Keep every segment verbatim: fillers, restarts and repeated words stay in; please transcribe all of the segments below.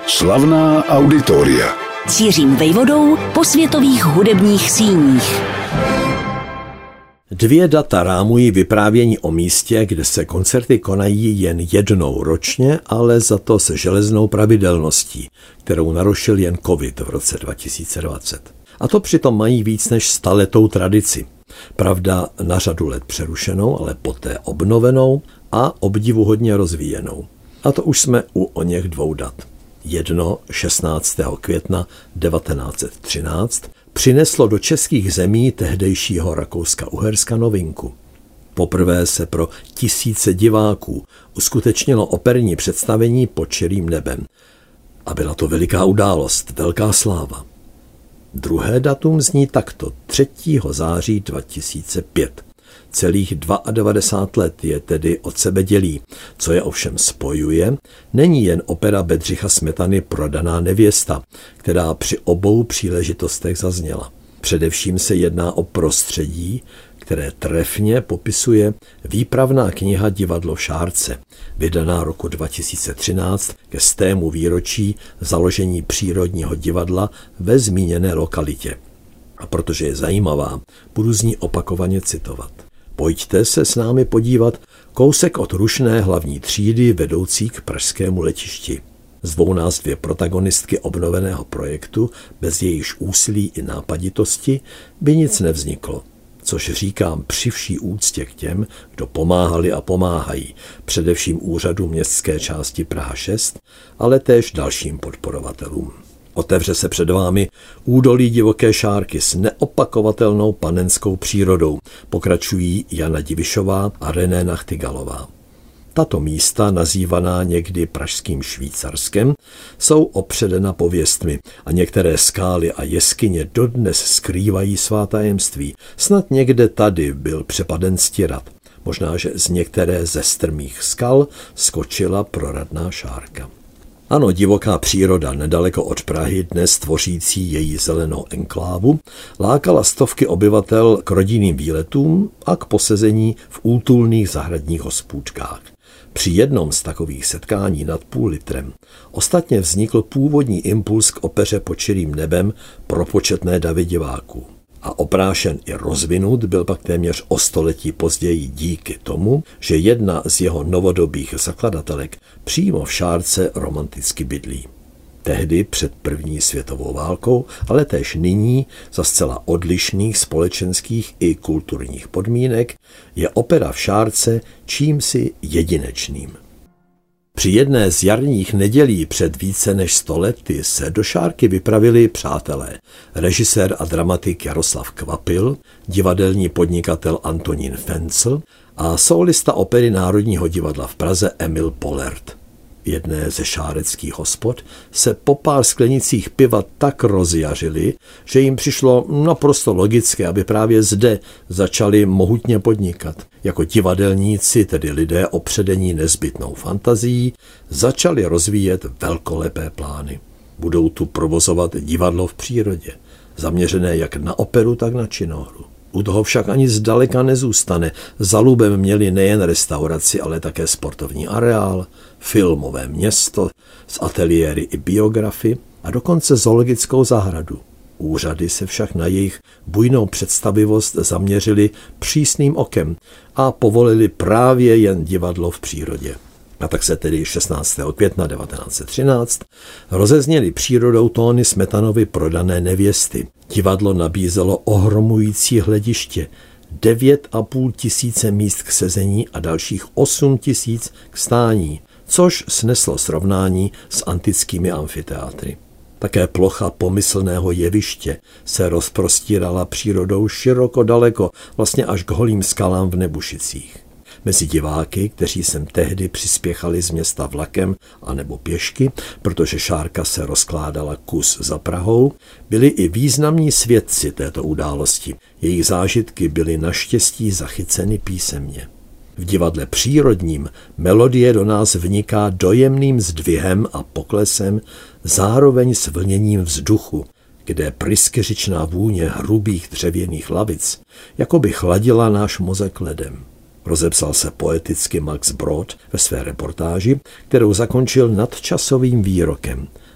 Slavná auditoria. Cířím vejvodou po světových hudebních síních. Dvě data rámují vyprávění o místě, kde se koncerty konají jen jednou ročně, ale za to se železnou pravidelností, kterou narušil jen covid v roce dva tisíce dvacet. A to přitom mají víc než staletou tradici. Pravda, na řadu let přerušenou, ale poté obnovenou a obdivuhodně rozvíjenou. A to už jsme u oněch dvou dat. Jedno šestnáctého května devatenáct set třináct přineslo do českých zemí tehdejšího Rakouska-Uherska novinku. Poprvé se pro tisíce diváků uskutečnilo operní představení Pod čirým nebem. A byla to veliká událost, velká sláva. Druhé datum zní takto, třetího září dva tisíce pět. Celých devadesát dva let je tedy od sebe dělí. Co je ovšem spojuje, není jen opera Bedřicha Smetany Prodaná nevěsta, která při obou příležitostech zazněla. Především se jedná o prostředí, které trefně popisuje výpravná kniha Divadlo v Šárce, vydaná roku dva tisíce třináct ke stému výročí založení přírodního divadla ve zmíněné lokalitě. A protože je zajímavá, budu z ní opakovaně citovat. Pojďte se s námi podívat kousek od rušné hlavní třídy vedoucí k pražskému letišti. Zvou nás dvě protagonistky obnoveného projektu, bez jejichž úsilí i nápaditosti by nic nevzniklo. Což říkám při vší úctě k těm, kdo pomáhali a pomáhají, především úřadu městské části Praha šest, ale též dalším podporovatelům. Otevře se před vámi údolí divoké Šárky s neopakovatelnou panenskou přírodou, pokračují Jana Divišová a René Nachtigalová. Tato místa, nazývaná někdy pražským Švýcarskem, jsou opředena pověstmi a některé skály a jeskyně dodnes skrývají svá tajemství. Snad někde tady byl přepaden stěrat. Možná, že z některé ze strmých skal skočila proradná Šárka. Ano, divoká příroda nedaleko od Prahy, dnes tvořící její zelenou enklávu, lákala stovky obyvatel k rodinným výletům a k posezení v útulných zahradních hospůdkách. Při jednom z takových setkání nad půl litrem ostatně vznikl původní impuls k opeře Pod čirým nebem pro početné davy diváků. A oprášen i rozvinut byl pak téměř o století později díky tomu, že jedna z jeho novodobých zakladatelek přímo v Šárce romanticky bydlí. Tehdy před první světovou válkou, ale též nyní za zcela odlišných společenských i kulturních podmínek je opera v Šárce čímsi jedinečným. Při jedné z jarních nedělí před více než sto lety se do Šárky vypravili přátelé, režisér a dramatik Jaroslav Kvapil, divadelní podnikatel Antonín Fencl a solista opery Národního divadla v Praze Emil Polert. V jedné ze šáreckých hospod se po pár sklenicích piva tak rozjařili, že jim přišlo naprosto logické, aby právě zde začali mohutně podnikat. Jako divadelníci, tedy lidé opředení nezbytnou fantazií, začali rozvíjet velkolepé plány. Budou tu provozovat divadlo v přírodě, zaměřené jak na operu, tak na činohru. U toho však ani zdaleka nezůstane. Za lubem měli nejen restauraci, ale také sportovní areál, filmové město s ateliéry i biografy a dokonce zoologickou zahradu. Úřady se však na jejich bujnou představivost zaměřili přísným okem a povolili právě jen divadlo v přírodě. A tak se tedy šestnáctého května devatenáct set třináct rozezněly přírodou tóny Smetanovy Prodané nevěsty. Divadlo nabízelo ohromující hlediště, devět a půl tisíce míst k sezení a dalších osm tisíc k stání, což sneslo srovnání s antickými amfiteátry. Také plocha pomyslného jeviště se rozprostírala přírodou široko daleko, vlastně až k holým skalám v Nebušicích. Mezi diváky, kteří sem tehdy přispěchali z města vlakem anebo pěšky, protože Šárka se rozkládala kus za Prahou, byli i významní svědci této události. Jejich zážitky byly naštěstí zachyceny písemně. V divadle přírodním melodie do nás vniká dojemným zdvihem a poklesem, zároveň s vlněním vzduchu, kde pryskyřičná vůně hrubých dřevěných lavic jakoby chladila náš mozek ledem. Rozepsal se poeticky Max Brod ve své reportáži, kterou zakončil nadčasovým výrokem.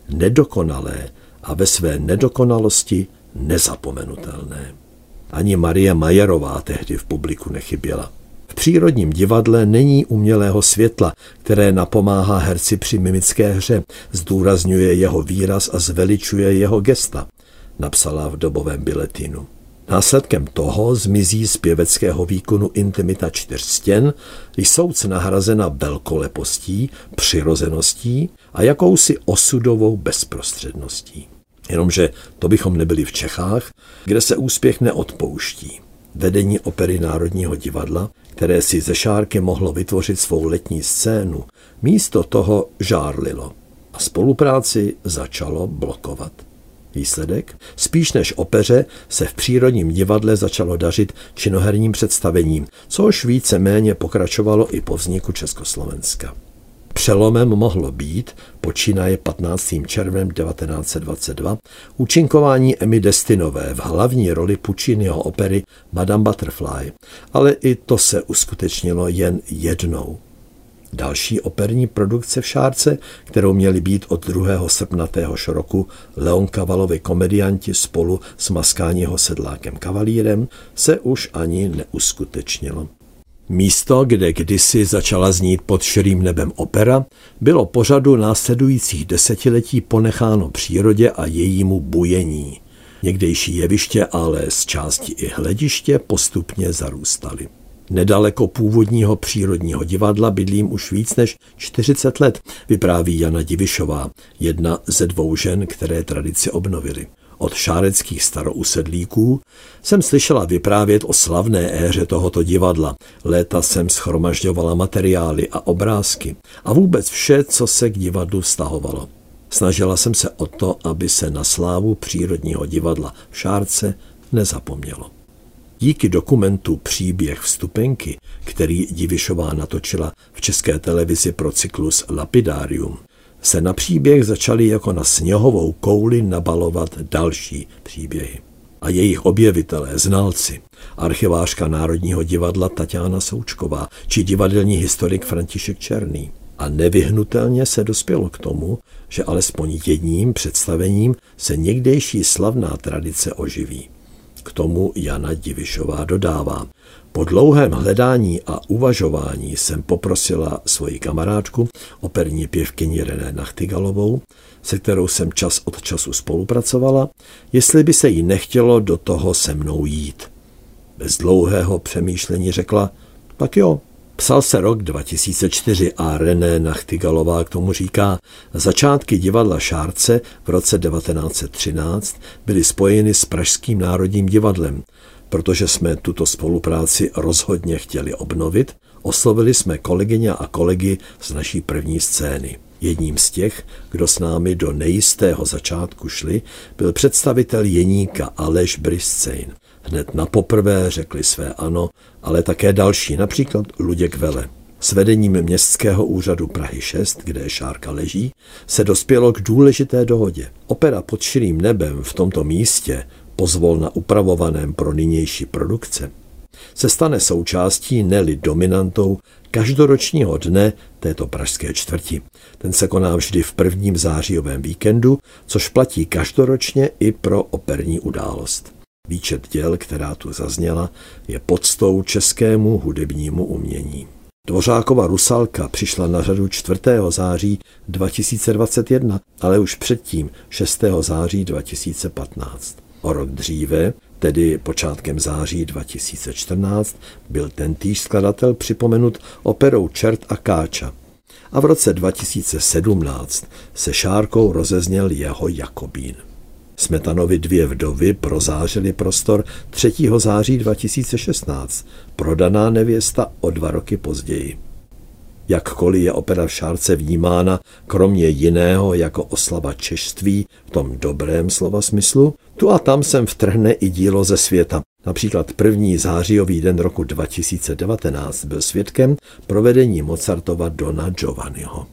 nedokonalé a ve své nedokonalosti nezapomenutelné. Ani Marie Majerová tehdy v publiku nechyběla. V přírodním divadle není umělého světla, které napomáhá herci při mimické hře, zdůrazňuje jeho výraz a zveličuje jeho gesta, napsala v dobovém biletinu. Následkem toho zmizí z pěveckého výkonu intimita čtyř stěn, jsouc nahrazena velkolepostí, přirozeností a jakousi osudovou bezprostředností. Jenomže to bychom nebyli v Čechách, kde se úspěch neodpouští. Vedení Opery Národního divadla, které si ze Šárky mohlo vytvořit svou letní scénu, místo toho žárlilo a spolupráci začalo blokovat. Výsledek? Spíš než opeře se v přírodním divadle začalo dařit činoherním představením, což víceméně pokračovalo i po vzniku Československa. Přelomem mohlo být, počínaje patnáctým červnem devatenáct set dvacet dva, účinkování Emmy Destinové v hlavní roli Pucciniho opery Madame Butterfly, ale i to se uskutečnilo jen jednou. Další operní produkce v Šárce, kterou měli být od druhého srpna téhož roku Leonkavalovi komedianti spolu s Maskáního sedlákem Kavalírem, se už ani neuskutečnilo. Místo, kde kdysi začala znít pod širým nebem opera, bylo po řadu následujících desetiletí ponecháno přírodě a jejímu bujení. Někdejší jeviště, ale z části i hlediště postupně zarůstaly. Nedaleko původního přírodního divadla bydlím už víc než čtyřicet let, vypráví Jana Divišová, jedna ze dvou žen, které tradici obnovily. Od šáreckých starousedlíků jsem slyšela vyprávět o slavné éře tohoto divadla. Léta jsem shromažďovala materiály a obrázky a vůbec vše, co se k divadlu vztahovalo. Snažila jsem se o to, aby se na slávu přírodního divadla v Šárce nezapomnělo. Díky dokumentu Příběh vstupenky, který Divišová natočila v České televizi pro cyklus Lapidarium, se na příběh začaly jako na sněhovou kouli nabalovat další příběhy. A jejich objevitelé, znalci, archivářka Národního divadla Taťána Součková či divadelní historik František Černý. A nevyhnutelně se dospělo k tomu, že alespoň jedním představením se někdejší slavná tradice oživí. K tomu Jana Divišová dodává. Po dlouhém hledání a uvažování jsem poprosila svoji kamarádku, operní pěvkyni René Nachtigalovou, se kterou jsem čas od času spolupracovala, jestli by se jí nechtělo do toho se mnou jít. Bez dlouhého přemýšlení řekla, tak jo. Psal se rok dva tisíce čtyři a René Nachtigalová k tomu říká, začátky divadla Šárce v roce devatenáct set třináct byly spojeny s Pražským národním divadlem. Protože jsme tuto spolupráci rozhodně chtěli obnovit, oslovili jsme kolegyně a kolegy z naší první scény. Jedním z těch, kdo s námi do nejistého začátku šli, byl představitel Jeníka Aleš Briscejn. Hned na poprvé řekli své ano, ale také další, například Luděk Vele. S vedením Městského úřadu Prahy šest, kde Šárka leží, se dospělo k důležité dohodě. Opera Pod širým nebem v tomto místě, pozvolna upravovaném pro nynější produkce, se stane součástí, ne-li dominantou, každoročního dne této pražské čtvrti. Ten se koná vždy v prvním zářijovém víkendu, což platí každoročně i pro operní událost. Výčet děl, která tu zazněla, je poctou českému hudebnímu umění. Dvořákova Rusalka přišla na řadu čtvrtého září dva tisíce dvacet jedna, ale už předtím šestého září dva tisíce patnáct. O rok dříve, tedy počátkem září dva tisíce čtrnáct, byl tentýž skladatel připomenut operou Čert a Káča. A v roce dva tisíce sedmnáct se Šárkou rozezněl jeho Jakobín. Smetanovi Dvě vdovy prozářily prostor třetího září dva tisíce šestnáct, Prodaná nevěsta o dva roky později. Jakkoliv je opera v Šárce vnímána kromě jiného jako oslava češství v tom dobrém slova smyslu, tu a tam sem vtrhne i dílo ze světa. Například první zářijový den roku dva tisíce devatenáct byl svědkem provedení Mozartova Dona Giovanniho.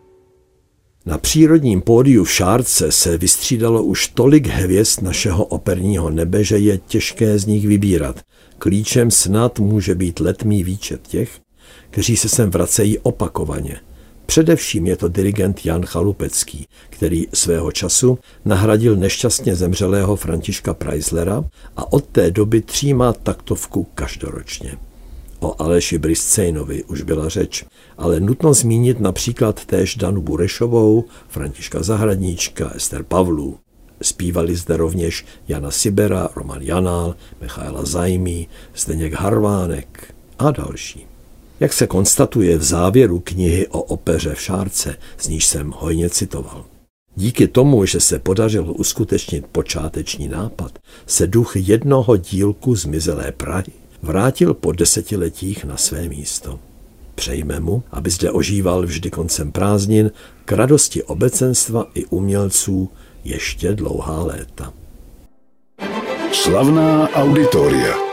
Na přírodním pódiu v Šárce se vystřídalo už tolik hvězd našeho operního nebe, že je těžké z nich vybírat. Klíčem snad může být letmý výčet těch, kteří se sem vracejí opakovaně. Především je to dirigent Jan Chalupecký, který svého času nahradil nešťastně zemřelého Františka Preislera a od té doby třímá taktovku každoročně. O Aleši Bryscejnovi už byla řeč, ale nutno zmínit například též Danu Burešovou, Františka Zahradníčka, Ester Pavlů. Zpívali zde rovněž Jana Sibera, Roman Janál, Michaela Zajmí, Zdeněk Harvánek a další. Jak se konstatuje v závěru knihy o opeře v Šárce, z níž jsem hojně citoval. Díky tomu, že se podařilo uskutečnit počáteční nápad, se duch jednoho dílku zmizelé Prahy vrátil po desetiletích na své místo. Přejme mu, aby zde ožíval vždy koncem prázdnin k radosti obecenstva i umělců ještě dlouhá léta. Slavná auditoria.